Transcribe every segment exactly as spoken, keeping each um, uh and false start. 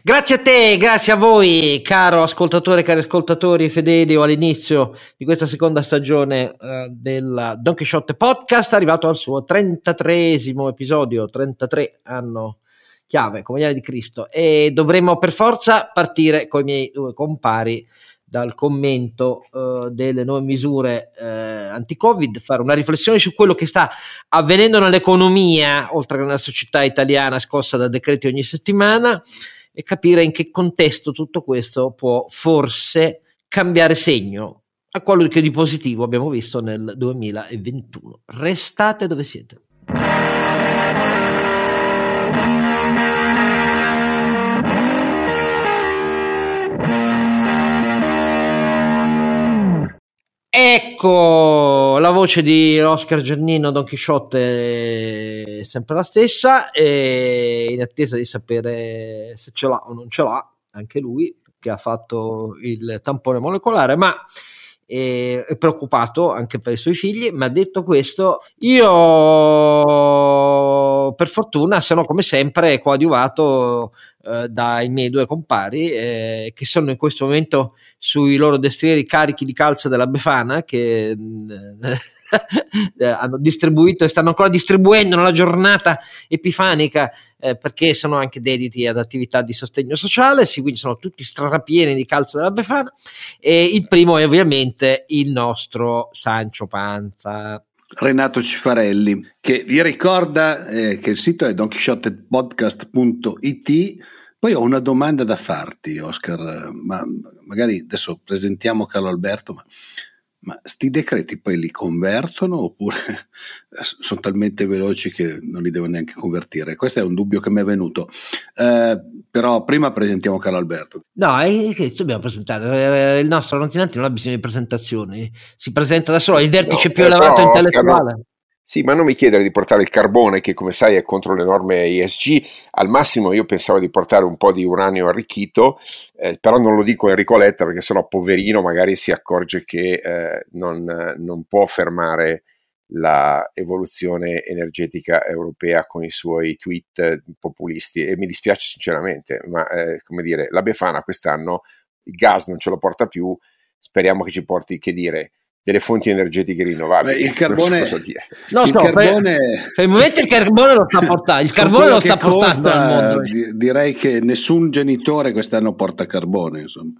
Grazie a te, grazie a voi, caro ascoltatore, cari ascoltatori fedeli o all'inizio di questa seconda stagione uh, del Don Chisciotte Podcast, arrivato al suo trentatreesimo episodio, trentatré anno chiave, come gli anni di Cristo, e dovremo per forza partire con i miei due compari dal commento uh, delle nuove misure uh, anti-Covid, fare una riflessione su quello che sta avvenendo nell'economia, oltre che nella società italiana scossa da decreti ogni settimana, e capire in che contesto tutto questo può forse cambiare segno a quello che di positivo abbiamo visto nel duemilaventuno. Restate dove siete. Ecco, la voce di Oscar Giannino, Don Chisciotte è sempre la stessa, e in attesa di sapere se ce l'ha o non ce l'ha anche lui, che ha fatto il tampone molecolare, ma è, è preoccupato anche per i suoi figli. Ma detto questo, io per fortuna sono come sempre coadiuvato eh, dai miei due compari eh, che sono in questo momento sui loro destrieri carichi di calza della Befana, che eh, hanno distribuito e stanno ancora distribuendo nella giornata epifanica, eh, perché sono anche dediti ad attività di sostegno sociale, sì, quindi sono tutti strapieni di calza della Befana. E il primo è ovviamente il nostro Sancio Panza, Renato Cifarelli, che vi ricorda eh, che il sito è don chisciotte podcast punto it. Poi ho una domanda da farti, Oscar, ma magari adesso presentiamo Carlo Alberto, ma, ma sti decreti poi li convertono oppure sono talmente veloci che non li devo neanche convertire? Questo è un dubbio che mi è venuto, eh, però prima presentiamo Carlo Alberto. No, è che dobbiamo presentare, il nostro Ronzinanti non ha bisogno di presentazioni, si presenta da solo, il vertice no, più eh, elevato però, intellettuale. Oscar, no. Sì, ma non mi chiedere di portare il carbone, che come sai è contro le norme E S G. Al massimo io pensavo di portare un po' di uranio arricchito, eh, però non lo dico a Enrico Letta, perché sennò poverino magari si accorge che eh, non, non può fermare la evoluzione energetica europea con i suoi tweet populisti, e mi dispiace sinceramente, ma eh, come dire, la Befana quest'anno il gas non ce lo porta più, speriamo che ci porti, che dire, delle fonti energetiche rinnovabili. Beh, il carbone, non so cosa dire. No, il so, carbone per, per il momento il carbone lo sta portando, il carbone lo sta portando costa, al mondo. Di, direi che nessun genitore quest'anno porta carbone, insomma,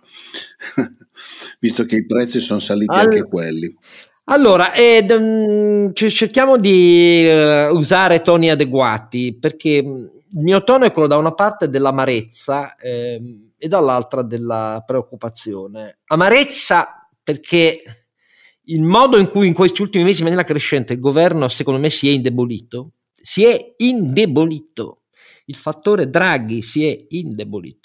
visto che i prezzi sono saliti All... anche quelli. Allora, ed, um, cerchiamo di uh, usare toni adeguati, perché il mio tono è quello da una parte dell'amarezza eh, e dall'altra della preoccupazione. Amarezza perché il modo in cui in questi ultimi mesi in maniera crescente il governo secondo me si è indebolito, si è indebolito, il fattore Draghi si è indebolito.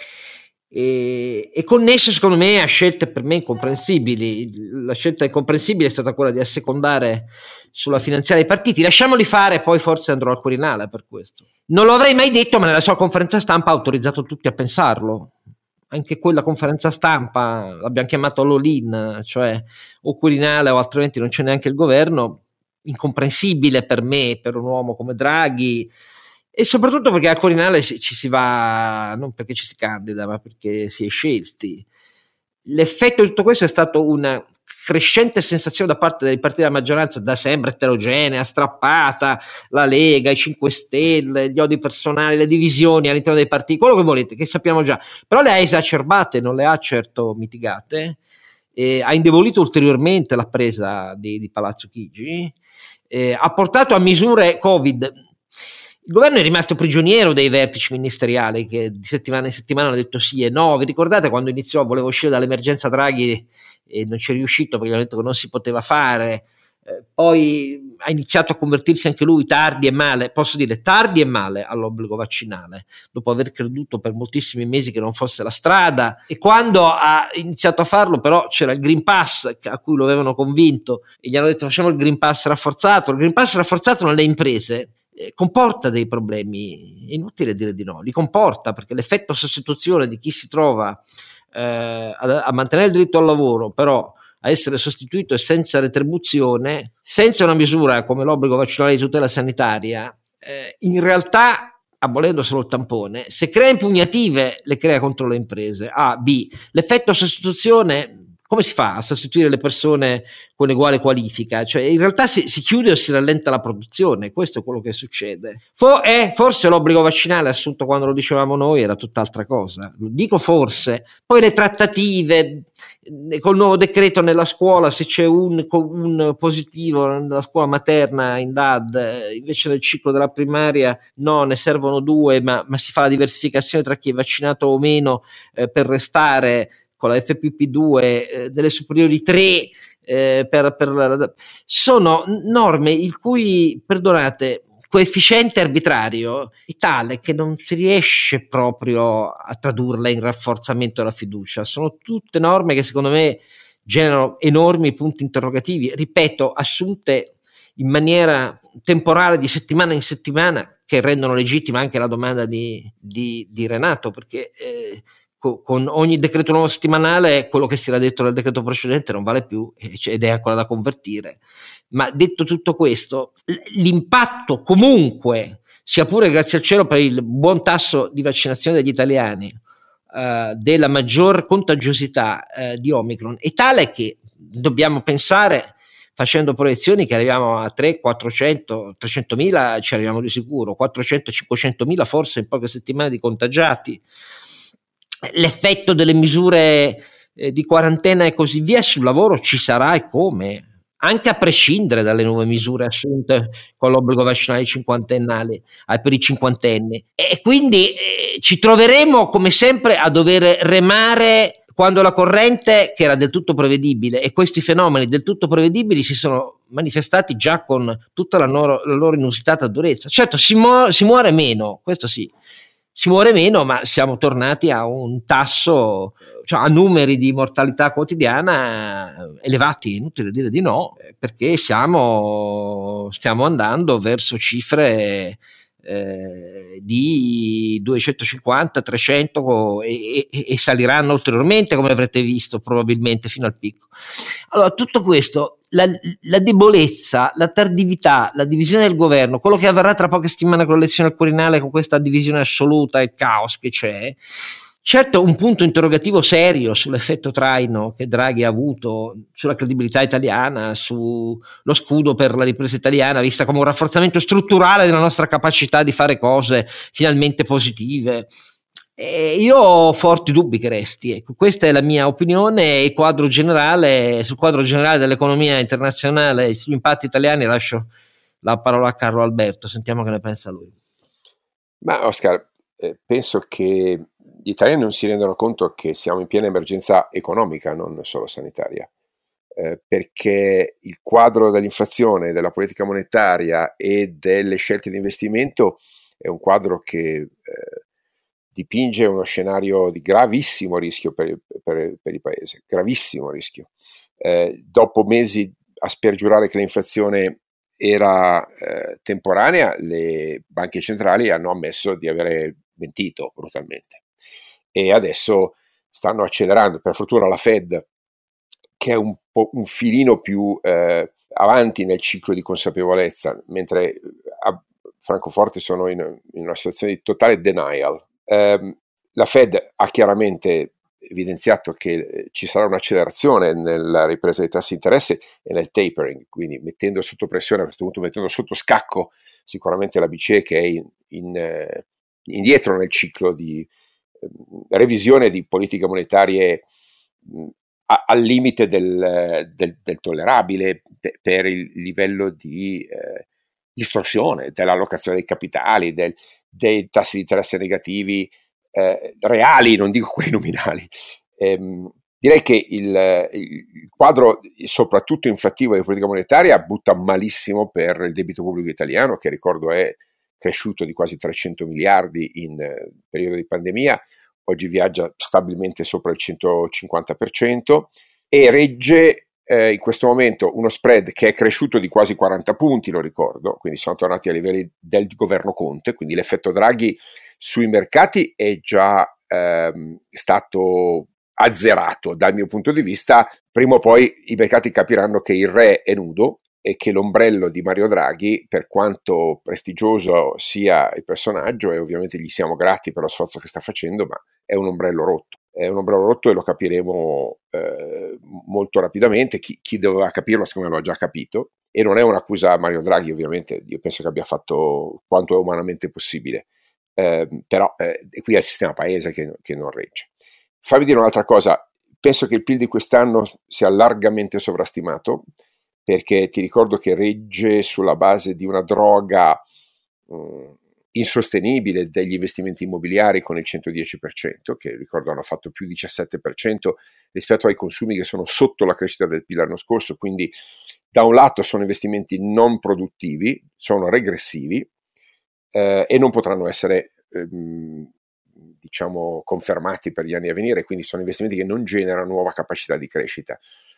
E, e connesso secondo me a scelte per me incomprensibili. La scelta incomprensibile è stata quella di assecondare sulla finanziaria i partiti. Lasciamoli fare, poi forse andrò al Quirinale per questo. Non lo avrei mai detto, ma nella sua conferenza stampa ha autorizzato tutti a pensarlo. Anche quella conferenza stampa l'abbiamo chiamato all-in, cioè o Quirinale o altrimenti non c'è neanche il governo. Incomprensibile per me, per un uomo come Draghi. E soprattutto perché al Quirinale ci si va non perché ci si candida, ma perché si è scelti. L'effetto di tutto questo è stato una crescente sensazione da parte dei partiti della maggioranza, da sempre eterogenea, strappata, la Lega, i cinque Stelle, gli odi personali, le divisioni all'interno dei partiti, quello che volete, che sappiamo già, però le ha esacerbate, non le ha certo mitigate, e ha indebolito ulteriormente la presa di, di Palazzo Chigi, eh, ha portato a misure Covid. Il governo è rimasto prigioniero dei vertici ministeriali che di settimana in settimana hanno detto sì e no. Vi ricordate quando iniziò, voleva uscire dall'emergenza Draghi e non ci è riuscito perché hanno detto che non si poteva fare, eh, poi ha iniziato a convertirsi anche lui tardi e male, posso dire tardi e male, all'obbligo vaccinale, dopo aver creduto per moltissimi mesi che non fosse la strada, e quando ha iniziato a farlo però c'era il Green Pass a cui lo avevano convinto e gli hanno detto facciamo il Green Pass rafforzato. Il Green Pass rafforzato nelle imprese comporta dei problemi, è inutile dire di no, li comporta, perché l'effetto sostituzione di chi si trova eh, a, a mantenere il diritto al lavoro però a essere sostituito e senza retribuzione, senza una misura come l'obbligo vaccinale di tutela sanitaria, eh, in realtà abolendo solo il tampone, se crea impugnative le crea contro le imprese. A. B. L'effetto sostituzione, come si fa a sostituire le persone con uguale qualifica? Cioè, in realtà si, si chiude o si rallenta la produzione, questo è quello che succede. For- eh, forse l'obbligo vaccinale assunto quando lo dicevamo noi era tutt'altra cosa, lo dico forse. Poi le trattative, col nuovo decreto nella scuola, se c'è un, un positivo nella scuola materna in D A D, invece del ciclo della primaria no, ne servono due, ma, ma si fa la diversificazione tra chi è vaccinato o meno eh, per restare con la F P P due, eh, delle superiori tre, eh, per, per la, sono norme il cui, perdonate, coefficiente arbitrario è tale che non si riesce proprio a tradurla in rafforzamento della fiducia. Sono tutte norme che secondo me generano enormi punti interrogativi, ripeto, assunte in maniera temporale di settimana in settimana, che rendono legittima anche la domanda di, di, di Renato, perché eh, con ogni decreto nuovo settimanale quello che si era detto nel decreto precedente non vale più ed è ancora da convertire. Ma detto tutto questo, l'impatto comunque, sia pure grazie al cielo per il buon tasso di vaccinazione degli italiani, uh, della maggior contagiosità uh, di Omicron, è tale che dobbiamo pensare, facendo proiezioni, che arriviamo a trecento, quattrocento, trecentomila, ci arriviamo di sicuro, quattrocento, cinquecentomila forse in poche settimane di contagiati. L'effetto delle misure eh, di quarantena e così via sul lavoro ci sarà, e come, anche a prescindere dalle nuove misure assunte con l'obbligo vaccinale cinquantennale eh, per i cinquantenni, e quindi eh, ci troveremo come sempre a dover remare quando la corrente, che era del tutto prevedibile, e questi fenomeni del tutto prevedibili si sono manifestati già con tutta la loro, la loro inusitata durezza. Certo, si, mu- si muore meno, questo sì, si muore meno, ma siamo tornati a un tasso, cioè a numeri di mortalità quotidiana elevati, inutile dire di no, perché siamo, stiamo andando verso cifre eh, di duecentocinquanta, trecento e, e, e saliranno ulteriormente, come avrete visto probabilmente fino al picco. Allora, tutto questo, la, la debolezza, la tardività, la divisione del governo, quello che avverrà tra poche settimane con l'elezione al Quirinale, con questa divisione assoluta, il caos che c'è, certo un punto interrogativo serio sull'effetto traino che Draghi ha avuto sulla credibilità italiana, sullo scudo per la ripresa italiana, vista come un rafforzamento strutturale della nostra capacità di fare cose finalmente positive. E io ho forti dubbi che resti, ecco, questa è la mia opinione. E quadro generale, sul quadro generale dell'economia internazionale e sugli impatti italiani lascio la parola a Carlo Alberto, sentiamo che ne pensa lui. Ma Oscar, eh, penso che gli italiani non si rendono conto che siamo in piena emergenza economica, non solo sanitaria, eh, perché il quadro dell'inflazione, della politica monetaria e delle scelte di investimento è un quadro che eh, dipinge uno scenario di gravissimo rischio per, per, per il paese, gravissimo rischio. Eh, dopo mesi a spergiurare che l'inflazione era eh, temporanea, le banche centrali hanno ammesso di avere mentito brutalmente e adesso stanno accelerando. Per fortuna la Fed, che è un, po', un filino più eh, avanti nel ciclo di consapevolezza, mentre a Francoforte sono in, in una situazione di totale denial. Eh, la Fed ha chiaramente evidenziato che ci sarà un'accelerazione nella ripresa dei tassi di interesse e nel tapering, quindi mettendo sotto pressione, a questo punto mettendo sotto scacco sicuramente la B C E, che è in, in, eh, indietro nel ciclo di eh, revisione di politiche monetarie mh, a, al limite del, del, del tollerabile pe, per il livello di eh, distorsione dell'allocazione dei capitali, del, dei tassi di interesse negativi Eh, reali, non dico quelli nominali. Ehm, direi che il, il quadro, soprattutto inflattivo della politica monetaria, butta malissimo per il debito pubblico italiano, che ricordo è cresciuto di quasi trecento miliardi in eh, periodo di pandemia, oggi viaggia stabilmente sopra il centocinquanta per cento e regge eh, in questo momento uno spread che è cresciuto di quasi quaranta punti, lo ricordo, quindi siamo tornati ai livelli del governo Conte, quindi l'effetto Draghi sui mercati è già ehm, stato azzerato dal mio punto di vista. Prima o poi i mercati capiranno che il re è nudo è che l'ombrello di Mario Draghi, per quanto prestigioso sia il personaggio, e ovviamente gli siamo grati per lo sforzo che sta facendo, ma è un ombrello rotto. È un ombrello rotto e lo capiremo eh, molto rapidamente. Chi, chi doveva capirlo, secondo me, lo ha già capito. E non è un'accusa a Mario Draghi, ovviamente. Io penso che abbia fatto quanto è umanamente possibile. Eh, però eh, qui è il sistema paese che, che non regge. Fammi dire un'altra cosa. Penso che il P I L di quest'anno sia largamente sovrastimato, perché ti ricordo che regge sulla base di una droga mh, insostenibile degli investimenti immobiliari con il centodieci per cento, che ricordo hanno fatto più diciassette per cento rispetto ai consumi che sono sotto la crescita del P I L l'anno scorso. Quindi da un lato sono investimenti non produttivi, sono regressivi eh, e non potranno essere ehm, diciamo confermati per gli anni a venire, quindi sono investimenti che non generano nuova capacità di crescita.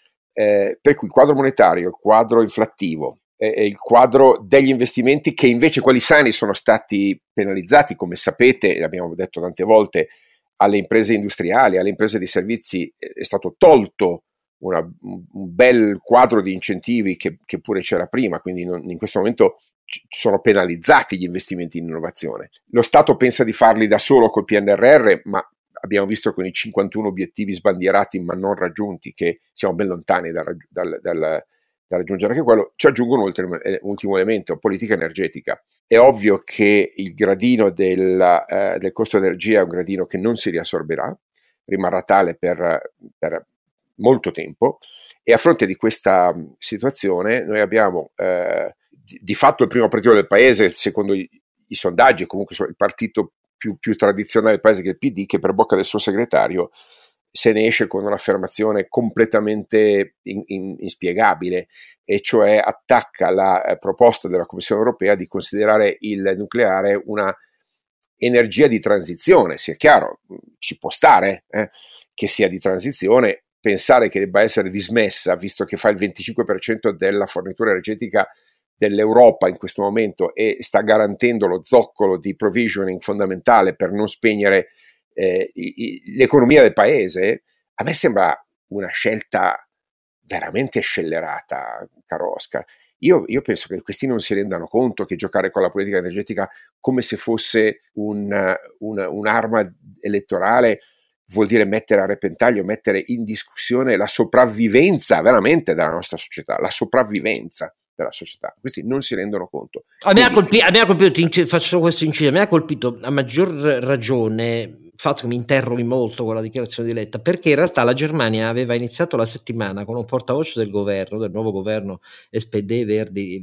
Eh, per cui il quadro monetario, il quadro inflattivo e eh, il quadro degli investimenti, che invece quelli sani sono stati penalizzati, come sapete, l'abbiamo detto tante volte, alle imprese industriali, alle imprese di servizi è stato tolto una, un bel quadro di incentivi che, che pure c'era prima, quindi non, in questo momento sono penalizzati gli investimenti in innovazione. Lo Stato pensa di farli da solo col P N R R, ma abbiamo visto con i cinquantuno obiettivi sbandierati ma non raggiunti che siamo ben lontani dal, dal, dal, da raggiungere anche quello. Ci aggiungo un ultimo, ultimo elemento: politica energetica. È ovvio che il gradino del, eh, del costo energia è un gradino che non si riassorberà, rimarrà tale per, per molto tempo, e a fronte di questa situazione noi abbiamo eh, di, di fatto il primo partito del paese, secondo i, i sondaggi, comunque il partito più, più tradizionale del paese, che è il P D, che per bocca del suo segretario se ne esce con un'affermazione completamente in, in, inspiegabile, e cioè attacca la eh, proposta della Commissione europea di considerare il nucleare una energia di transizione. Sia chiaro, ci può stare eh, che sia di transizione. Pensare che debba essere dismessa, visto che fa il venticinque per cento della fornitura energetica dell'Europa in questo momento e sta garantendo lo zoccolo di provisioning fondamentale per non spegnere eh, i, i, l'economia del paese, a me sembra una scelta veramente scellerata, caro Oscar. Io, io penso che questi non si rendano conto che giocare con la politica energetica come se fosse un, un, un'arma elettorale vuol dire mettere a repentaglio, mettere in discussione la sopravvivenza veramente della nostra società, la sopravvivenza della società. Questi non si rendono conto. A me ha colpito, a me ha colpito, faccio solo questo inciso, a me ha colpito a maggior ragione il fatto che mi interroghi molto con la dichiarazione di Letta, perché in realtà la Germania aveva iniziato la settimana con un portavoce del governo, del nuovo governo S P D, Verdi,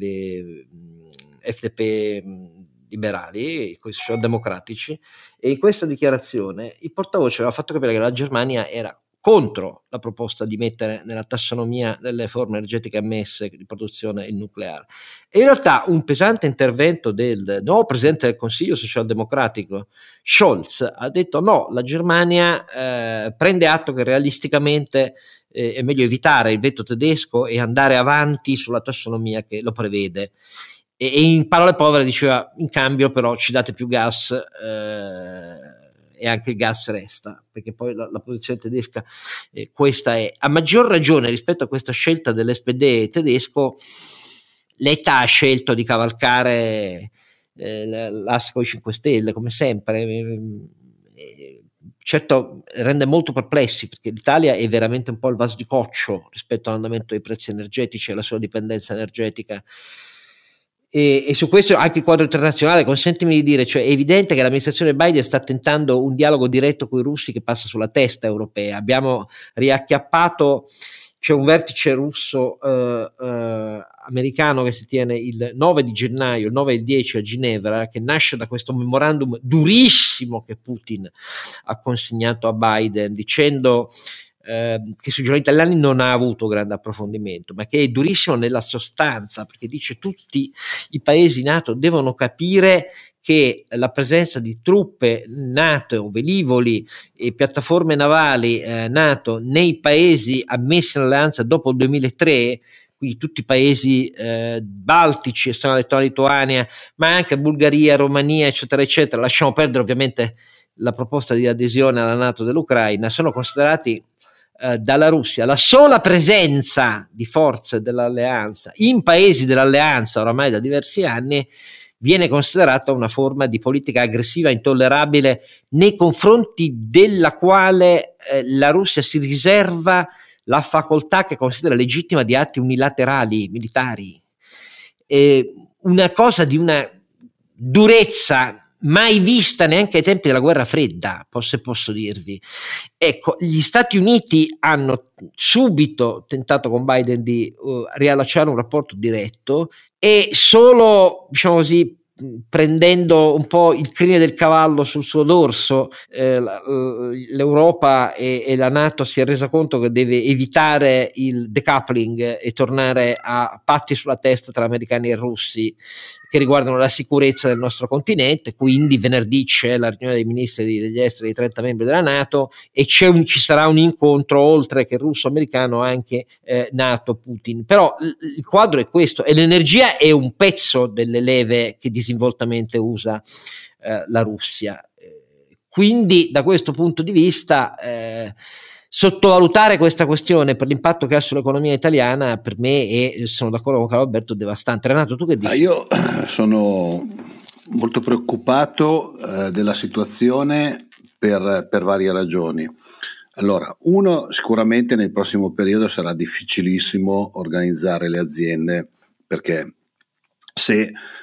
F D P liberali, i socialdemocratici, e in questa dichiarazione il portavoce aveva fatto capire che la Germania era contro la proposta di mettere nella tassonomia delle forme energetiche ammesse di produzione il nucleare. E in realtà un pesante intervento del nuovo presidente del Consiglio socialdemocratico Scholz ha detto no, la Germania eh, prende atto che realisticamente eh, è meglio evitare il veto tedesco e andare avanti sulla tassonomia che lo prevede. E in parole povere diceva: in cambio però ci date più gas eh, e anche il gas resta, perché poi la, la posizione tedesca eh, questa è. A maggior ragione rispetto a questa scelta dell'S P D tedesco, Letta ha scelto di cavalcare eh, l'asse con i cinque Stelle come sempre. Eh, certo rende molto perplessi, perché l'Italia è veramente un po' il vaso di coccio rispetto all'andamento dei prezzi energetici e alla sua dipendenza energetica. E, e su questo anche il quadro internazionale, consentimi di dire, cioè è evidente che l'amministrazione Biden sta tentando un dialogo diretto con i russi che passa sulla testa europea. Abbiamo riacchiappato, c'è un vertice russo eh, eh, americano che si tiene il nove di gennaio, il nove e il dieci a Ginevra, che nasce da questo memorandum durissimo che Putin ha consegnato a Biden, dicendo Eh, che sui giornali italiani non ha avuto grande approfondimento, ma che è durissimo nella sostanza, perché dice tutti i paesi NATO devono capire che la presenza di truppe NATO, velivoli e piattaforme navali eh, NATO nei paesi ammessi all'alleanza dopo il duemilatré, quindi tutti i paesi eh, baltici, Estonia, Lettonia, Lituania, ma anche Bulgaria, Romania, eccetera, eccetera, lasciamo perdere ovviamente la proposta di adesione alla NATO dell'Ucraina, sono considerati eh, dalla Russia, la sola presenza di forze dell'alleanza in paesi dell'alleanza oramai da diversi anni viene considerata una forma di politica aggressiva intollerabile nei confronti della quale eh, la Russia si riserva la facoltà che considera legittima di atti unilaterali militari. Eh, una cosa di una durezza mai vista neanche ai tempi della guerra fredda, se posso dirvi. Ecco, gli Stati Uniti hanno subito tentato con Biden di uh, riallacciare un rapporto diretto e solo, diciamo così, prendendo un po' il crinale del cavallo sul suo dorso, eh, l'Europa e, e la NATO si è resa conto che deve evitare il decoupling e tornare a patti sulla testa tra americani e russi che riguardano la sicurezza del nostro continente. Quindi venerdì c'è la riunione dei ministri degli esteri dei trenta membri della NATO e c'è un, ci sarà un incontro oltre che russo-americano anche eh, NATO-Putin. Però l- il quadro è questo, e l'energia è un pezzo delle leve che disinvoltamente usa eh, la Russia. Quindi da questo punto di vista eh, sottovalutare questa questione per l'impatto che ha sull'economia italiana per me è, sono d'accordo con Carlo Alberto, devastante. Renato, tu che dici? Ah, io sono molto preoccupato eh, della situazione per, per varie ragioni. Allora, uno, sicuramente nel prossimo periodo sarà difficilissimo organizzare le aziende, perché se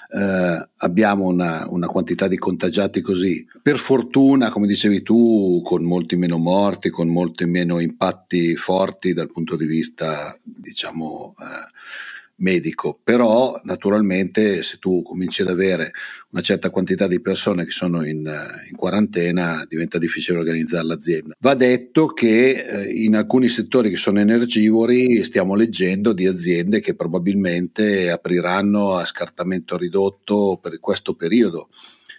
eh, abbiamo una, una quantità di contagiati così, per fortuna, come dicevi tu, con molti meno morti, con molti meno impatti forti dal punto di vista, diciamo, eh, medico, però naturalmente se tu cominci ad avere una certa quantità di persone che sono in, in quarantena diventa difficile organizzare l'azienda. Va detto che eh, in alcuni settori che sono energivori stiamo leggendo di aziende che probabilmente apriranno a scartamento ridotto per questo periodo.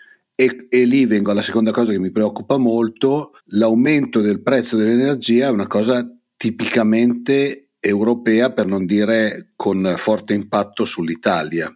E, e lì vengo alla seconda cosa che mi preoccupa molto: l'aumento del prezzo dell'energia è una cosa tipicamente europea, per non dire con forte impatto sull'Italia.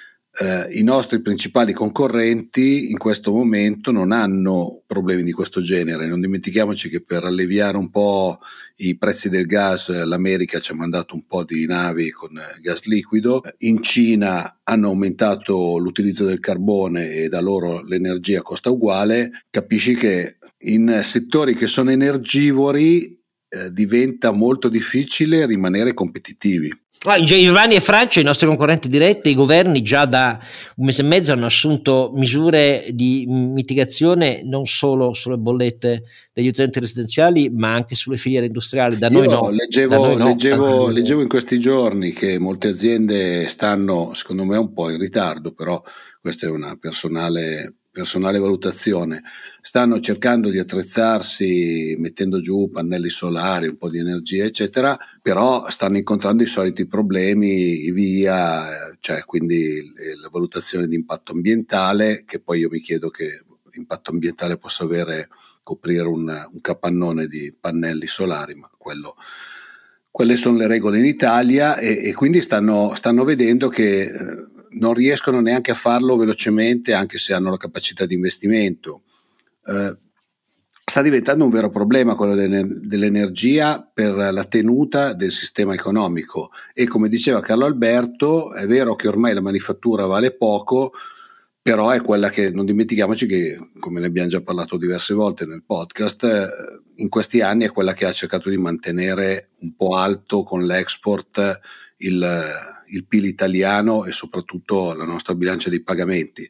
Eh, I nostri principali concorrenti in questo momento non hanno problemi di questo genere. Non dimentichiamoci che per alleviare un po' i prezzi del gas l'America ci ha mandato un po' di navi con gas liquido. In Cina hanno aumentato l'utilizzo del carbone e da loro l'energia costa uguale. Capisci che in settori che sono energivori eh, diventa molto difficile rimanere competitivi. In Germania e Francia, i nostri concorrenti diretti, i governi già da un mese e mezzo hanno assunto misure di mitigazione non solo sulle bollette degli utenti residenziali, ma anche sulle filiere industriali. Da noi Io no. Leggevo, da noi no. leggevo, leggevo in questi giorni che molte aziende stanno, secondo me, un po' in ritardo, però questa è una personale personale valutazione, stanno cercando di attrezzarsi mettendo giù pannelli solari, un po' di energia eccetera, però stanno incontrando i soliti problemi via, cioè quindi la valutazione di impatto ambientale, che poi io mi chiedo che impatto ambientale possa avere coprire un, un capannone di pannelli solari, ma quello quelle sono le regole in Italia, e, e quindi stanno, stanno vedendo che eh, non riescono neanche a farlo velocemente, anche se hanno la capacità di investimento. Eh, sta diventando un vero problema quello dell'energia per la tenuta del sistema economico, e come diceva Carlo Alberto, è vero che ormai la manifattura vale poco, però è quella che, non dimentichiamoci che, come ne abbiamo già parlato diverse volte nel podcast, in questi anni è quella che ha cercato di mantenere un po' alto con l'export il, il P I L italiano e soprattutto la nostra bilancia dei pagamenti.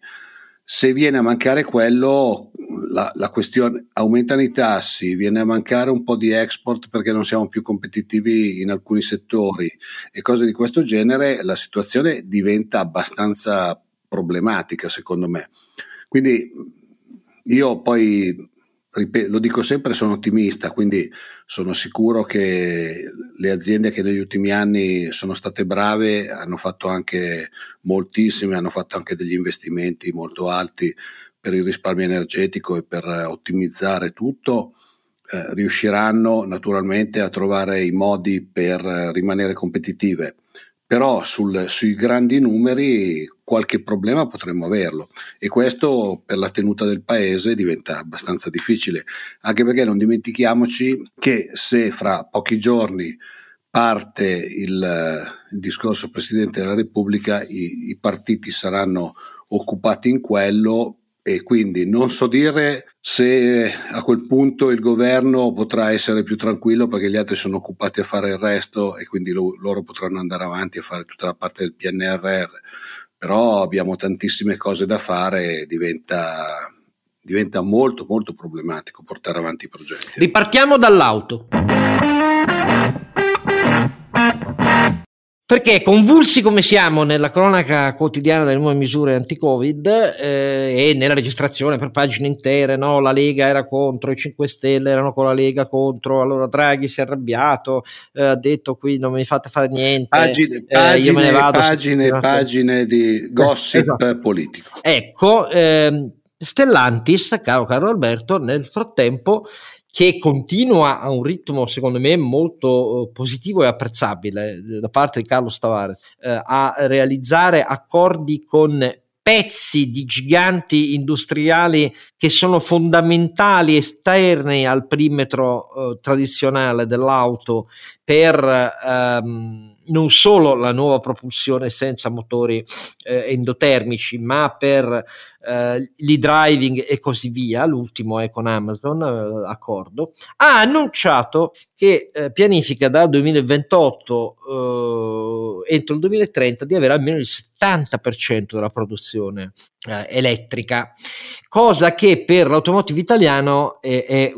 Se viene a mancare quello, la, la questione, aumentano i tassi, viene a mancare un po' di export perché non siamo più competitivi in alcuni settori e cose di questo genere, la situazione diventa abbastanza problematica secondo me. Quindi io poi ripeto, lo dico sempre, sono ottimista, quindi sono sicuro che le aziende che negli ultimi anni sono state brave hanno fatto anche moltissime, hanno fatto anche degli investimenti molto alti per il risparmio energetico e per ottimizzare tutto, eh, riusciranno naturalmente a trovare i modi per rimanere competitive. però sul, sui grandi numeri qualche problema potremmo averlo, e questo per la tenuta del paese diventa abbastanza difficile, anche perché non dimentichiamoci che se fra pochi giorni parte il, il discorso Presidente della Repubblica, i, i partiti saranno occupati in quello, e quindi non so dire se a quel punto il governo potrà essere più tranquillo perché gli altri sono occupati a fare il resto, e quindi lo, loro potranno andare avanti a fare tutta la parte del P N R R. Però abbiamo tantissime cose da fare e diventa, diventa molto molto problematico portare avanti i progetti. Ripartiamo dall'auto. Perché convulsi come siamo nella cronaca quotidiana delle nuove misure anti-Covid eh, e nella registrazione per pagine intere, no? La Lega era contro, i cinque Stelle erano con la Lega contro, allora Draghi si è arrabbiato, eh, ha detto qui non mi fate fare niente, pagine, eh, io me ne vado. Pagine e pagine di gossip esatto. politico. Ecco, ehm, Stellantis, caro Carlo Alberto, nel frattempo, che continua a un ritmo secondo me molto eh, positivo e apprezzabile eh, da parte di Carlos Tavares, eh, a realizzare accordi con pezzi di giganti industriali che sono fondamentali, esterni al perimetro eh, tradizionale dell'auto per ehm, non solo la nuova propulsione senza motori eh, endotermici, ma per eh, l'e-driving e così via. L'ultimo è con Amazon, eh, accordo. Ha annunciato che eh, pianifica dal duemilaventotto eh, entro il duemilatrenta di avere almeno il settanta per cento della produzione eh, elettrica, cosa che per l'automotive italiano è, è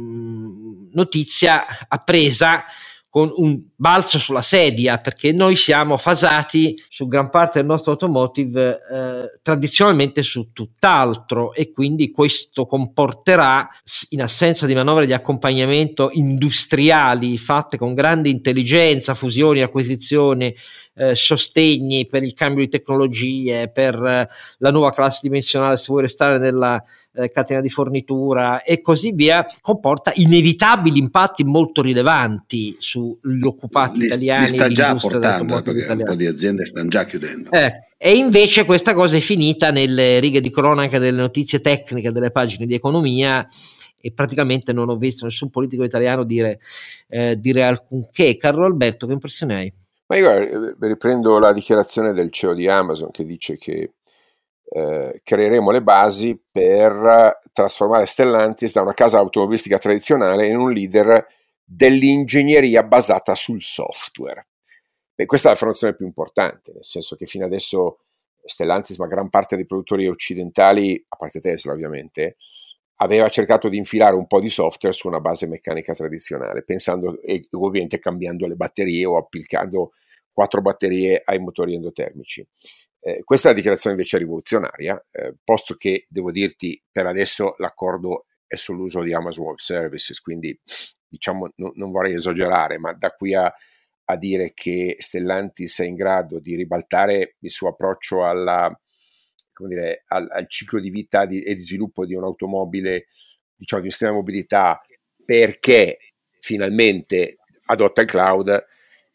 mh, notizia appresa con un balzo sulla sedia, perché noi siamo fasati su gran parte del nostro automotive eh, tradizionalmente su tutt'altro, e quindi questo comporterà, in assenza di manovre di accompagnamento industriali fatte con grande intelligenza, fusioni, acquisizioni, eh, sostegni per il cambio di tecnologie, per eh, la nuova classe dimensionale se vuoi restare nella eh, catena di fornitura e così via, comporta inevitabili impatti molto rilevanti sugli occupati li, italiani. Li sta già portando, perché italiana. Un po' di aziende stanno già chiudendo. Eh, e invece questa cosa è finita nelle righe di cronaca delle notizie tecniche delle pagine di economia, e praticamente non ho visto nessun politico italiano dire, eh, dire alcunché. Carlo Alberto, che impressione hai? Ma io riprendo la dichiarazione del C E O di Amazon, che dice che eh, creeremo le basi per trasformare Stellantis da una casa automobilistica tradizionale in un leader dell'ingegneria basata sul software. Beh, questa è la formazione più importante, nel senso che fino adesso Stellantis, ma gran parte dei produttori occidentali, a parte Tesla ovviamente, aveva cercato di infilare un po' di software su una base meccanica tradizionale, pensando e ovviamente cambiando le batterie o applicando quattro batterie ai motori endotermici. Eh, questa è la dichiarazione invece rivoluzionaria, eh, posto che, devo dirti, per adesso l'accordo è sull'uso di Amazon Web Services, quindi diciamo no, non vorrei esagerare, ma da qui a, a dire che Stellantis è in grado di ribaltare il suo approccio alla, come dire, al, al ciclo di vita di, e di sviluppo di un'automobile, diciamo di un sistema di mobilità, perché finalmente adotta il cloud.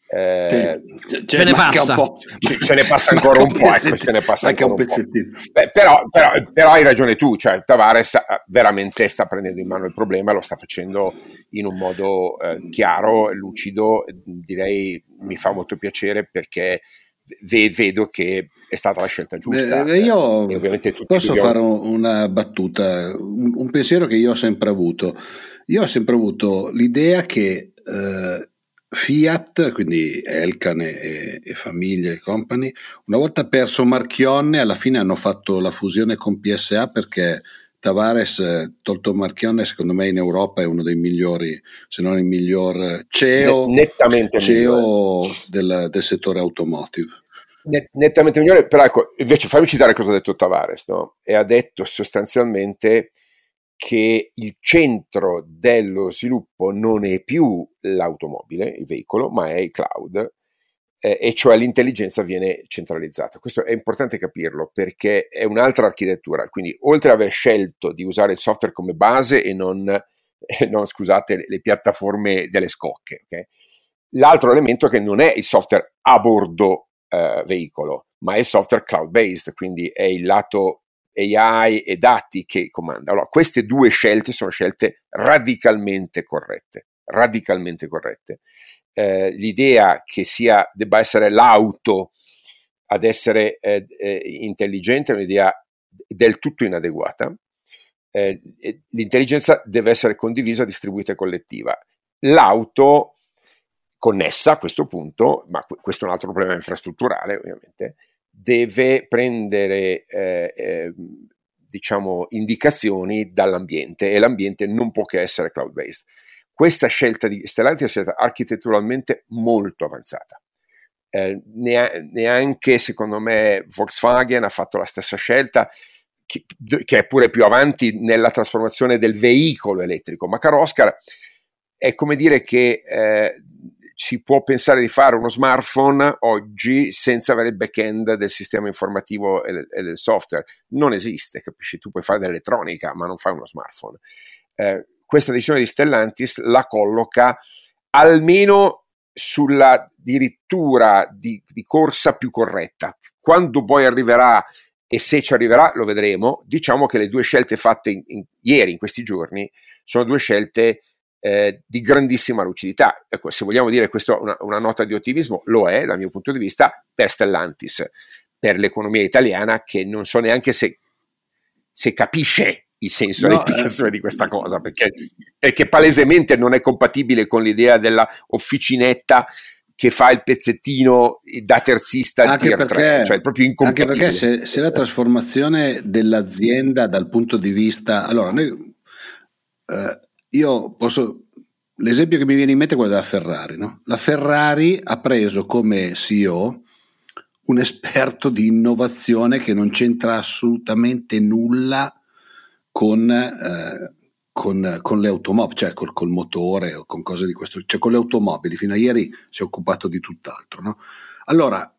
Eh, ce, ce ne passa un po', ce, ce ne passa ancora un, un po', ecco, ce ne passa ancora un, un po'. Beh, però, però, però hai ragione tu, cioè Tavares veramente sta prendendo in mano il problema, lo sta facendo in un modo eh, chiaro, lucido, direi mi fa molto piacere, perché ve, vedo che è stata la scelta giusta. Beh, io eh, ovviamente tutti posso dobbiamo... fare una battuta, un, un pensiero che io ho sempre avuto. Io ho sempre avuto l'idea che eh, Fiat, quindi Elkann e, e famiglia e company, una volta perso Marchionne, alla fine hanno fatto la fusione con P S A, perché Tavares, tolto Marchionne, secondo me in Europa è uno dei migliori, se non il miglior C E O, nettamente C E O del, del settore automotive. Nettamente migliore, però ecco, invece fammi citare cosa ha detto Tavares, no? E ha detto sostanzialmente che il centro dello sviluppo non è più l'automobile, il veicolo, ma è il cloud, eh, e cioè l'intelligenza viene centralizzata. Questo è importante capirlo, perché è un'altra architettura, quindi oltre ad aver scelto di usare il software come base e non, eh, non scusate, le, le piattaforme delle scocche, okay? L'altro elemento è che non è il software a bordo uh, veicolo, ma è il software cloud-based, quindi è il lato A I e dati che comanda. Allora, queste due scelte sono scelte radicalmente corrette, radicalmente corrette. Eh, l'idea che sia debba essere l'auto ad essere eh, eh, intelligente è un'idea del tutto inadeguata. Eh, l'intelligenza deve essere condivisa, distribuita e collettiva. L'auto connessa a questo punto, ma questo è un altro problema infrastrutturale ovviamente, deve prendere eh, eh, diciamo indicazioni dall'ambiente, e l'ambiente non può che essere cloud based. Questa scelta di Stellantis è una scelta architetturalmente molto avanzata. Eh, neanche secondo me Volkswagen ha fatto la stessa scelta, che, che è pure più avanti nella trasformazione del veicolo elettrico. Ma caro Oscar, è come dire che eh, si può pensare di fare uno smartphone oggi senza avere il back-end del sistema informativo e, e del software. Non esiste, capisci? Tu puoi fare dell'elettronica, ma non fai uno smartphone. Eh, questa decisione di Stellantis la colloca almeno sulla addirittura di, di corsa più corretta. Quando poi arriverà, e se ci arriverà lo vedremo, diciamo che le due scelte fatte in, in, ieri, in questi giorni, sono due scelte Eh, di grandissima lucidità. Ecco, se vogliamo dire questa una, una nota di ottimismo, lo è dal mio punto di vista per Stellantis, per l'economia italiana, che non so neanche se, se capisce il senso e no, l'implicazione eh, di questa cosa, perché, perché palesemente non è compatibile con l'idea della officinetta che fa il pezzettino da terzista al tier tre, cioè è proprio incompatibile. Anche perché se, se la trasformazione dell'azienda dal punto di vista, allora noi eh, io posso, l'esempio che mi viene in mente è quello della Ferrari, no? La Ferrari ha preso come C E O un esperto di innovazione che non c'entra assolutamente nulla con, eh, con, con le automobili, cioè col, col motore o con cose di questo, cioè con le automobili. Fino a ieri si è occupato di tutt'altro, no? Allora,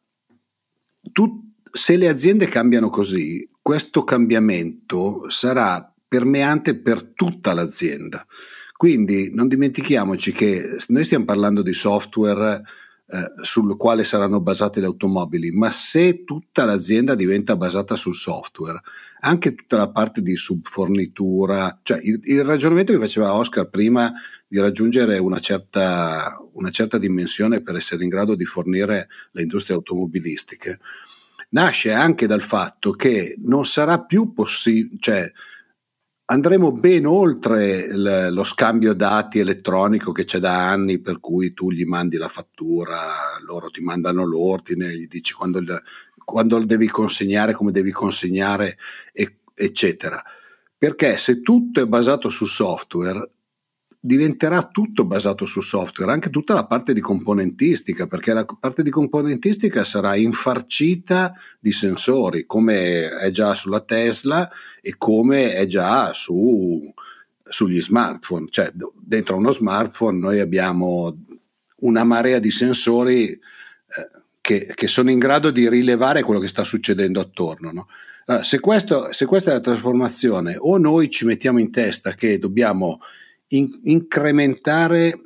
tu, se le aziende cambiano così, questo cambiamento sarà permeante per tutta l'azienda. Quindi non dimentichiamoci che noi stiamo parlando di software eh, sul quale saranno basate le automobili, ma se tutta l'azienda diventa basata sul software, anche tutta la parte di subfornitura, cioè il, il ragionamento che faceva Oscar prima di raggiungere una certa, una certa dimensione per essere in grado di fornire le industrie automobilistiche, nasce anche dal fatto che non sarà più possibile, cioè andremo ben oltre l- lo scambio dati elettronico che c'è da anni, per cui tu gli mandi la fattura, loro ti mandano l'ordine, gli dici quando, il, quando lo devi consegnare, come devi consegnare, e, eccetera. Perché se tutto è basato su software, diventerà tutto basato su software, anche tutta la parte di componentistica, perché la parte di componentistica sarà infarcita di sensori, come è già sulla Tesla e come è già su, sugli smartphone. Cioè dentro uno smartphone noi abbiamo una marea di sensori eh, che, che sono in grado di rilevare quello che sta succedendo attorno, no? Allora, se, questo, se questa è la trasformazione, o noi ci mettiamo in testa che dobbiamo In, incrementare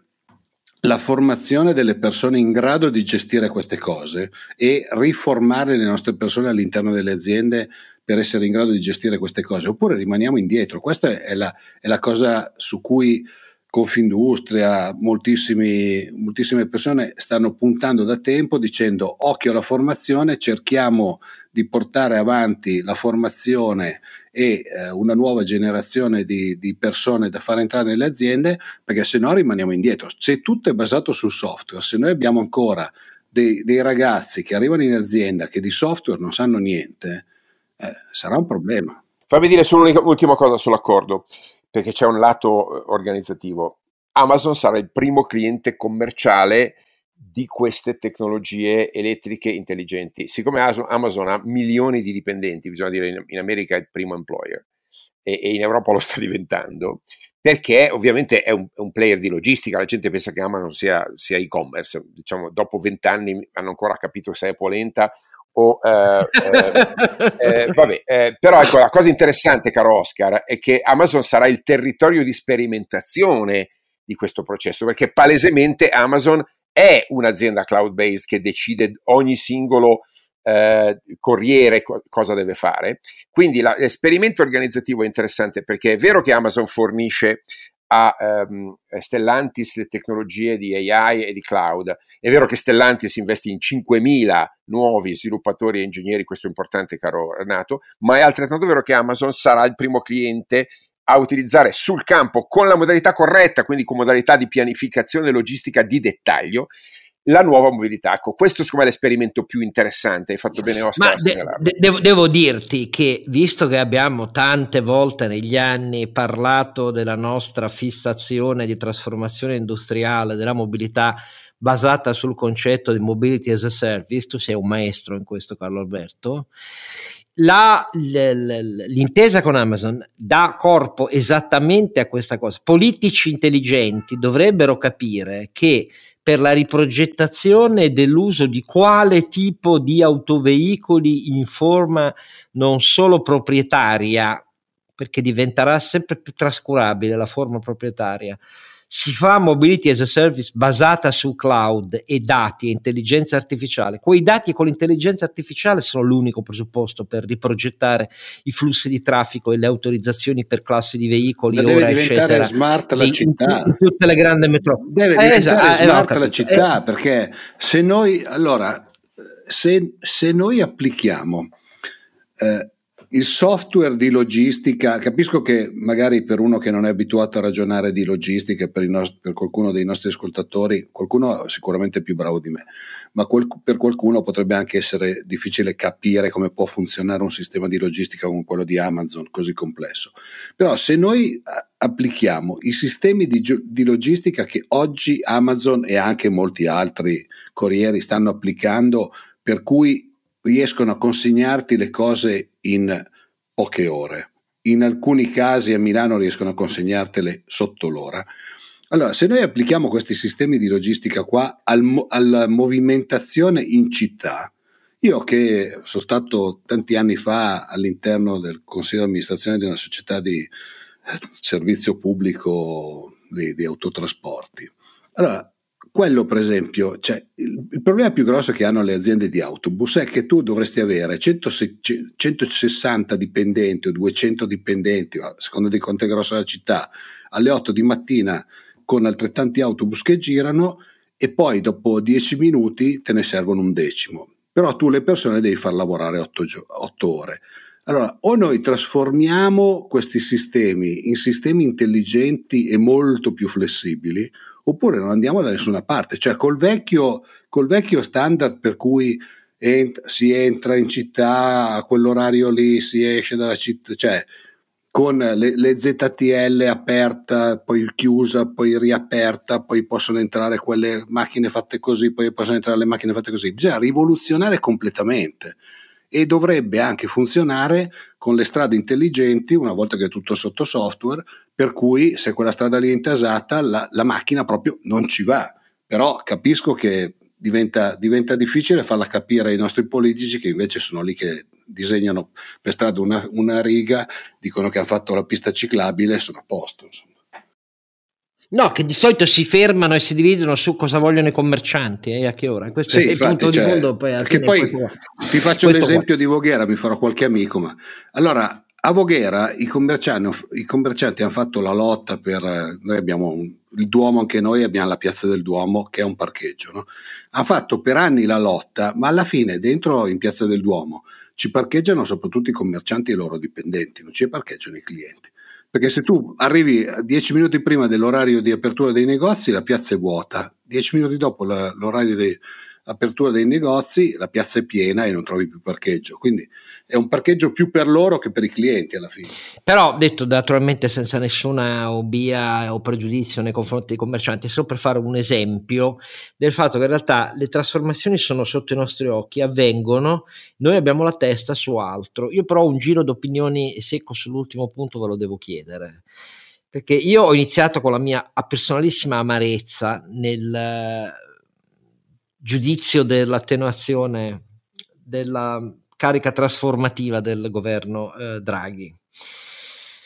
la formazione delle persone in grado di gestire queste cose e riformare le nostre persone all'interno delle aziende per essere in grado di gestire queste cose, oppure rimaniamo indietro. Questa è la, è la cosa su cui Confindustria, moltissimi, moltissime persone stanno puntando da tempo, dicendo occhio alla formazione, cerchiamo di portare avanti la formazione e eh, una nuova generazione di, di persone da fare entrare nelle aziende, perché se no rimaniamo indietro. Se tutto è basato sul software, se noi abbiamo ancora dei, dei ragazzi che arrivano in azienda che di software non sanno niente, eh, sarà un problema. Fammi dire solo un'ultima cosa sull'accordo, perché c'è un lato organizzativo. Amazon sarà il primo cliente commerciale di queste tecnologie elettriche intelligenti. Siccome Amazon ha milioni di dipendenti, bisogna dire in, in America è il primo employer e, e in Europa lo sta diventando, perché ovviamente è un, è un player di logistica. La gente pensa che Amazon sia, sia e-commerce, diciamo dopo vent'anni hanno ancora capito se è polenta o eh, eh, eh, vabbè, eh, però ecco, la cosa interessante, caro Oscar, è che Amazon sarà il territorio di sperimentazione di questo processo, perché palesemente Amazon è un'azienda cloud-based che decide ogni singolo eh, corriere co- cosa deve fare. Quindi la, l'esperimento organizzativo è interessante, perché è vero che Amazon fornisce a um, Stellantis le tecnologie di A I e di cloud. È vero che Stellantis investe in cinquemila nuovi sviluppatori e ingegneri, questo è importante, caro Renato, ma è altrettanto vero che Amazon sarà il primo cliente a utilizzare sul campo, con la modalità corretta, quindi con modalità di pianificazione logistica di dettaglio, la nuova mobilità. Ecco, questo secondo me è l'esperimento più interessante. Hai fatto bene, Oscar, Ma a segnalarlo. de- devo, devo dirti che, visto che abbiamo tante volte negli anni parlato della nostra fissazione di trasformazione industriale della mobilità basata sul concetto di mobility as a service, tu sei un maestro in questo, Carlo Alberto. La, l, l'intesa con Amazon dà corpo esattamente a questa cosa. Politici intelligenti dovrebbero capire che per la riprogettazione dell'uso di quale tipo di autoveicoli in forma non solo proprietaria, perché diventerà sempre più trascurabile la forma proprietaria, si fa mobility as a service basata su cloud e dati e intelligenza artificiale. Quei dati e con l'intelligenza artificiale sono l'unico presupposto per riprogettare i flussi di traffico e le autorizzazioni per classi di veicoli, Ma deve ora, diventare eccetera, smart la in, città. in, in tutte le grandi metropoli. Deve Eh, diventare esatto, smart eh, no, la città, eh. Perché se noi, allora, se, se noi applichiamo eh, il software di logistica, capisco che magari per uno che non è abituato a ragionare di logistica, per, i nostri, per qualcuno dei nostri ascoltatori, qualcuno sicuramente più bravo di me, ma quel, per qualcuno potrebbe anche essere difficile capire come può funzionare un sistema di logistica come quello di Amazon, così complesso. Però se noi applichiamo i sistemi di, di logistica che oggi Amazon e anche molti altri corrieri stanno applicando, per cui riescono a consegnarti le cose in poche ore, in alcuni casi a Milano riescono a consegnartele sotto l'ora. Allora, se noi applichiamo questi sistemi di logistica qua al, alla movimentazione in città, io che sono stato tanti anni fa all'interno del consiglio di amministrazione di una società di servizio pubblico di, di autotrasporti, allora quello per esempio, cioè, il, il problema più grosso che hanno le aziende di autobus è che tu dovresti avere centosessanta dipendenti o duecento dipendenti, a seconda di quanto è grossa la città, alle otto di mattina con altrettanti autobus che girano, e poi dopo dieci minuti te ne servono un decimo. Però tu le persone devi far lavorare otto ore. Allora, o noi trasformiamo questi sistemi in sistemi intelligenti e molto più flessibili, oppure non andiamo da nessuna parte. Cioè col vecchio, col vecchio standard per cui ent- si entra in città a quell'orario lì, si esce dalla città, cioè con le, le Z T L aperta, poi chiusa, poi riaperta, poi possono entrare quelle macchine fatte così, poi possono entrare le macchine fatte così. Bisogna rivoluzionare completamente. E dovrebbe anche funzionare con le strade intelligenti, una volta che è tutto sotto software, per cui se quella strada lì è intasata la, la macchina proprio non ci va. Però capisco che diventa, diventa difficile farla capire ai nostri politici, che invece sono lì che disegnano per strada una, una riga, dicono che hanno fatto la pista ciclabile e sono a posto, insomma. No, che di solito si fermano e si dividono su cosa vogliono i commercianti e eh, a che ora. Questo sì, è il punto cioè, di fondo. Poi, perché poi questo, ti faccio l'esempio qua. Di Voghera, mi farò qualche amico, ma allora a Voghera i commercianti, i commercianti hanno fatto la lotta per, noi abbiamo un, il Duomo, anche noi abbiamo la piazza del Duomo che è un parcheggio, no? Hanno fatto per anni la lotta, ma alla fine dentro in piazza del Duomo ci parcheggiano soprattutto i commercianti e i loro dipendenti, non ci parcheggiano i clienti. Perché se tu arrivi dieci minuti prima dell'orario di apertura dei negozi, la piazza è vuota. Dieci minuti dopo la, l'orario di apertura dei negozi, la piazza è piena e non trovi più parcheggio. Quindi è un parcheggio più per loro che per i clienti alla fine. Però, detto naturalmente senza nessuna obia o pregiudizio nei confronti dei commercianti, solo per fare un esempio del fatto che in realtà le trasformazioni sono sotto i nostri occhi, avvengono, noi abbiamo la testa su altro. Io però un giro d'opinioni secco sull'ultimo punto ve lo devo chiedere, perché io ho iniziato con la mia personalissima amarezza nel giudizio dell'attenuazione della carica trasformativa del governo eh, Draghi.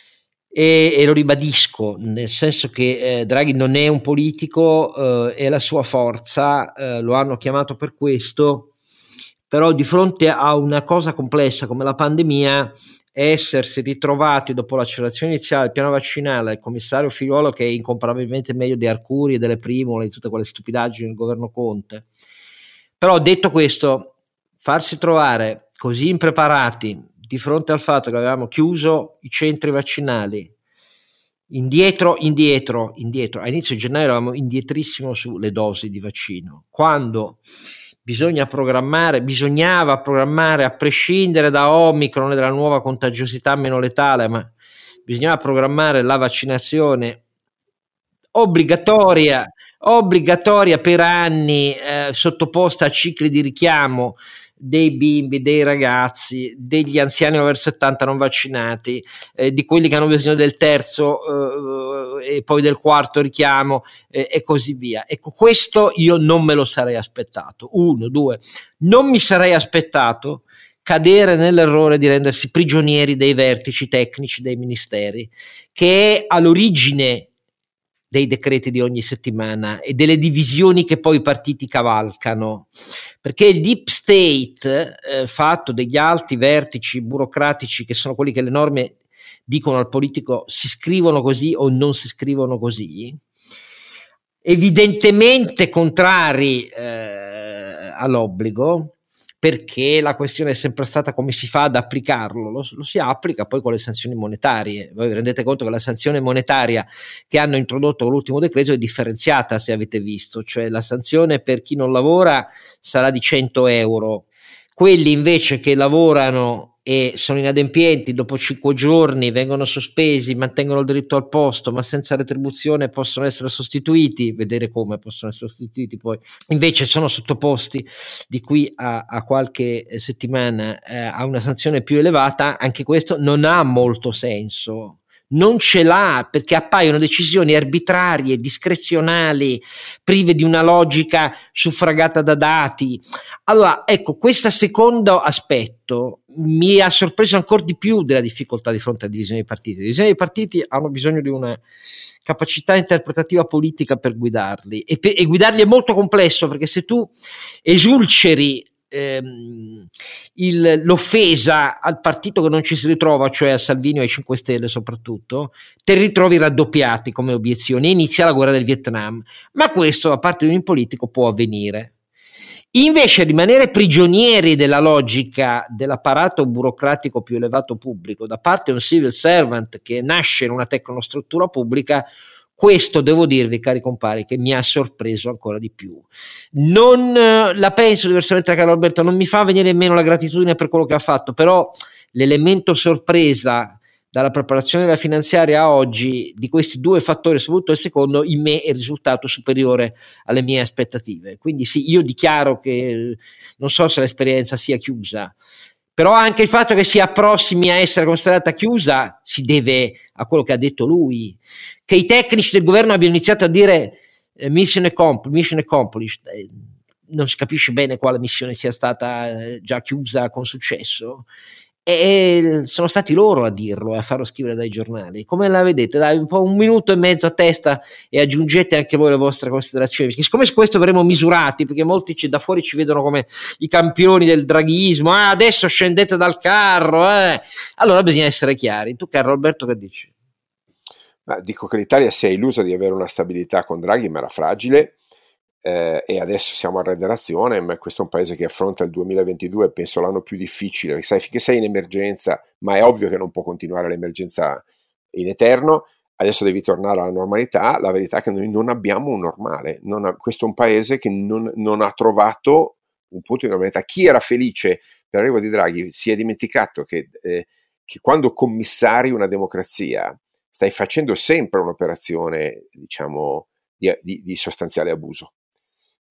e, e lo ribadisco, nel senso che eh, Draghi non è un politico, eh, è la sua forza, eh, lo hanno chiamato per questo, però di fronte a una cosa complessa come la pandemia, essersi ritrovati dopo l'accelerazione iniziale del piano vaccinale, il commissario Figliuolo, che è incomparabilmente meglio di Arcuri e delle Primole, di tutte quelle stupidaggini del governo Conte. Però detto questo, farsi trovare così impreparati di fronte al fatto che avevamo chiuso i centri vaccinali, indietro, indietro, indietro, a inizio gennaio eravamo indietrissimo sulle dosi di vaccino, quando bisogna programmare, bisognava programmare, a prescindere da Omicron e dalla nuova contagiosità meno letale, ma bisognava programmare la vaccinazione obbligatoria, obbligatoria per anni, eh, sottoposta a cicli di richiamo dei bimbi, dei ragazzi, degli anziani over settanta non vaccinati, eh, di quelli che hanno bisogno del terzo eh, e poi del quarto richiamo eh, e così via. Ecco, questo io non me lo sarei aspettato. Uno, due, non mi sarei aspettato cadere nell'errore di rendersi prigionieri dei vertici tecnici dei ministeri, che è all'origine dei decreti di ogni settimana e delle divisioni che poi i partiti cavalcano, perché il deep state eh, fatto degli alti vertici burocratici, che sono quelli che le norme dicono al politico si scrivono così o non si scrivono così, evidentemente contrari eh, all'obbligo, perché la questione è sempre stata come si fa ad applicarlo. Lo, lo si applica poi con le sanzioni monetarie. Voi vi rendete conto che la sanzione monetaria che hanno introdotto con l'ultimo decreto è differenziata, se avete visto, cioè la sanzione per chi non lavora sarà di cento euro, quelli invece che lavorano e sono inadempienti dopo cinque giorni vengono sospesi, mantengono il diritto al posto ma senza retribuzione possono essere sostituiti, vedere come possono essere sostituiti poi, invece sono sottoposti di qui a, a qualche settimana eh, a una sanzione più elevata. Anche questo non ha molto senso, non ce l'ha, perché appaiono decisioni arbitrarie, discrezionali, prive di una logica suffragata da dati. Allora, ecco, questo secondo aspetto mi ha sorpreso ancora di più della difficoltà di fronte alla divisione dei partiti. Le divisioni dei partiti hanno bisogno di una capacità interpretativa politica per guidarli, e, per, e guidarli è molto complesso, perché se tu esulceri Ehm, il, l'offesa al partito che non ci si ritrova, cioè a Salvini o ai cinque Stelle soprattutto, te li ritrovi raddoppiati come obiezioni e inizia la guerra del Vietnam. Ma questo da parte di un politico può avvenire. Invece rimanere prigionieri della logica dell'apparato burocratico più elevato pubblico da parte di un civil servant che nasce in una tecnostruttura pubblica, questo devo dirvi, cari compari, che mi ha sorpreso ancora di più. Non eh, la penso diversamente da Carlo Alberto, non mi fa venire in meno la gratitudine per quello che ha fatto, però l'elemento sorpresa dalla preparazione della finanziaria a oggi, di questi due fattori, soprattutto il secondo, in me è risultato superiore alle mie aspettative. Quindi sì, io dichiaro che non so se l'esperienza sia chiusa, però anche il fatto che sia prossimi a essere considerata chiusa si deve a quello che ha detto lui, che i tecnici del governo abbiano iniziato a dire eh, mission accomplished, mission accomplished. Eh, non si capisce bene quale missione sia stata eh, già chiusa con successo, e sono stati loro a dirlo e a farlo scrivere dai giornali. Come la vedete? Dai, un po' un minuto e mezzo a testa e aggiungete anche voi le vostre considerazioni, perché siccome su questo verremo misurati, perché molti ci, da fuori ci vedono come i campioni del draghismo, ah, adesso scendete dal carro, eh. Allora bisogna essere chiari. Tu, Carlo Alberto, che dici? Ma dico che l'Italia si è illusa di avere una stabilità con Draghi, ma era fragile. Eh, e adesso siamo a regenerazione, ma questo è un paese che affronta il duemilaventidue, penso l'anno più difficile, perché sai, finché sei in emergenza, ma è ovvio che non può continuare l'emergenza in eterno, adesso devi tornare alla normalità. La verità è che noi non abbiamo un normale, non ha, questo è un paese che non, non ha trovato un punto di normalità. Chi era felice per l'arrivo di Draghi si è dimenticato che, eh, che quando commissari una democrazia stai facendo sempre un'operazione, diciamo, di, di, di sostanziale abuso.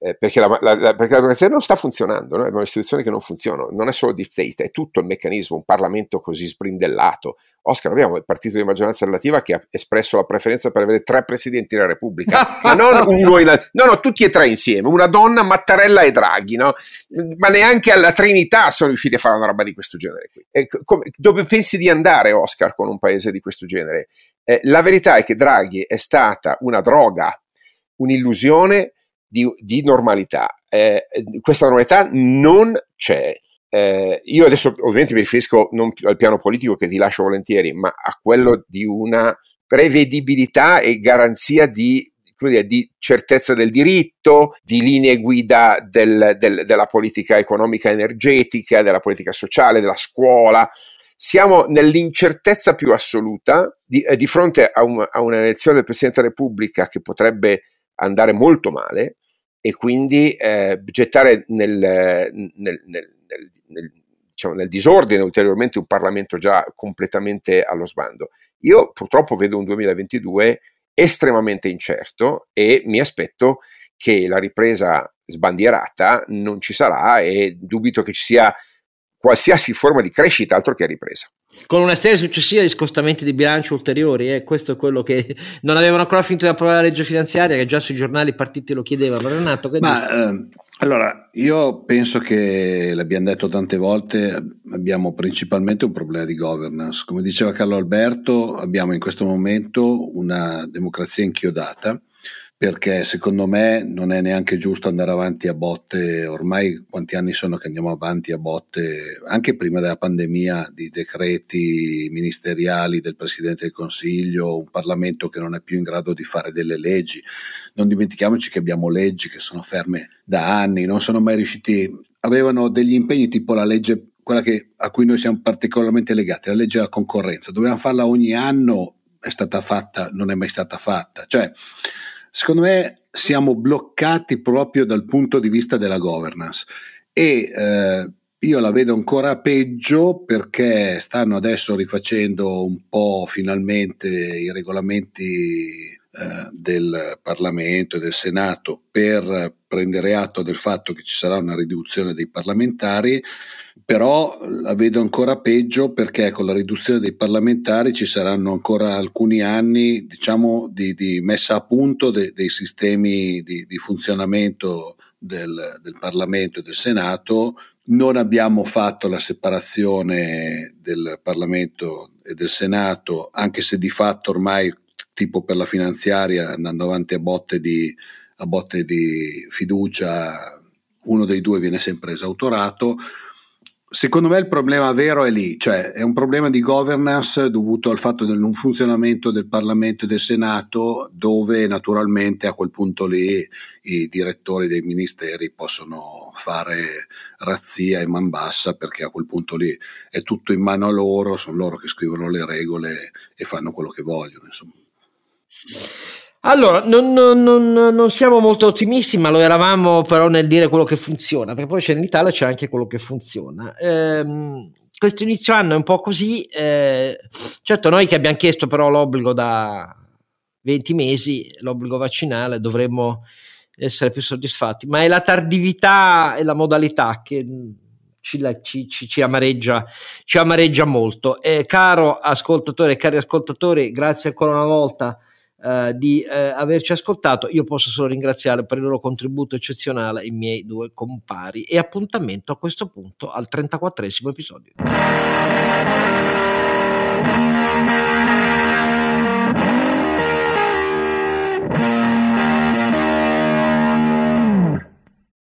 eh, perché, la, la, la, perché la democrazia non sta funzionando, no? È un'istituzione che non funziona, non è solo deep state, è tutto il meccanismo, un Parlamento così sbrindellato. Oscar, abbiamo il partito di maggioranza relativa che ha espresso la preferenza per avere tre presidenti della Repubblica, ma non uno in, no, no, tutti e tre insieme, una donna, Mattarella e Draghi, no? Ma neanche alla Trinità sono riusciti a fare una roba di questo genere qui. E come, dove pensi di andare, Oscar, con un paese di questo genere? Eh, la verità è che Draghi è stata una droga, un'illusione di, di normalità. Eh, questa normalità non c'è. Eh, io adesso ovviamente mi riferisco non al piano politico, che ti lascio volentieri, ma a quello di una prevedibilità e garanzia di, di certezza del diritto, di linee guida del, del, della politica economica energetica, della politica sociale, della scuola. Siamo nell'incertezza più assoluta di, eh, di fronte a, un, a un'elezione del Presidente della Repubblica che potrebbe andare molto male, e quindi eh, gettare nel, nel, nel, nel, nel, diciamo, nel disordine ulteriormente un Parlamento già completamente allo sbando. Io purtroppo vedo un duemilaventidue estremamente incerto e mi aspetto che la ripresa sbandierata non ci sarà, e dubito che ci sia qualsiasi forma di crescita, altro che ripresa. Con una serie successiva di scostamenti di bilancio ulteriori, eh? Questo è quello che non avevano ancora finito di approvare la legge finanziaria, che già sui giornali i partiti lo chiedevano. Renato, che Ma eh, allora, io penso che, l'abbiamo detto tante volte, abbiamo principalmente un problema di governance. Come diceva Carlo Alberto, abbiamo in questo momento una democrazia inchiodata, perché secondo me non è neanche giusto andare avanti a botte. Ormai quanti anni sono che andiamo avanti a botte, anche prima della pandemia, di decreti ministeriali del Presidente del Consiglio, un Parlamento che non è più in grado di fare delle leggi. Non dimentichiamoci che abbiamo leggi che sono ferme da anni, non sono mai riusciti, avevano degli impegni tipo la legge, quella che, a cui noi siamo particolarmente legati, la legge della concorrenza, dovevamo farla ogni anno, è stata fatta, non è mai stata fatta. Cioè, secondo me siamo bloccati proprio dal punto di vista della governance, e eh, io la vedo ancora peggio, perché stanno adesso rifacendo un po' finalmente i regolamenti eh, del Parlamento e del Senato per prendere atto del fatto che ci sarà una riduzione dei parlamentari. Però la vedo ancora peggio, perché con la riduzione dei parlamentari ci saranno ancora alcuni anni, diciamo, di, di messa a punto de, dei sistemi di, di funzionamento del, del Parlamento e del Senato. Non abbiamo fatto la separazione del Parlamento e del Senato, anche se di fatto ormai, tipo per la finanziaria, andando avanti a botte di, a botte di fiducia, uno dei due viene sempre esautorato. Secondo me il problema vero è lì, cioè è un problema di governance dovuto al fatto del non funzionamento del Parlamento e del Senato, dove naturalmente a quel punto lì i direttori dei ministeri possono fare razzia e man bassa, perché a quel punto lì è tutto in mano a loro, sono loro che scrivono le regole e fanno quello che vogliono, insomma. Allora, non, non, non, non siamo molto ottimisti, ma lo eravamo però nel dire quello che funziona, perché poi c'è in Italia c'è anche quello che funziona. Ehm, questo inizio anno è un po' così, eh, certo noi che abbiamo chiesto però l'obbligo da venti mesi, l'obbligo vaccinale, dovremmo essere più soddisfatti, ma è la tardività e la modalità che ci, ci, ci, ci, amareggia, ci amareggia molto. Eh, caro ascoltatore e cari ascoltatori, grazie ancora una volta Uh, di uh, averci ascoltato. Io posso solo ringraziare per il loro contributo eccezionale i miei due compari, e appuntamento a questo punto al trentaquattresimo episodio.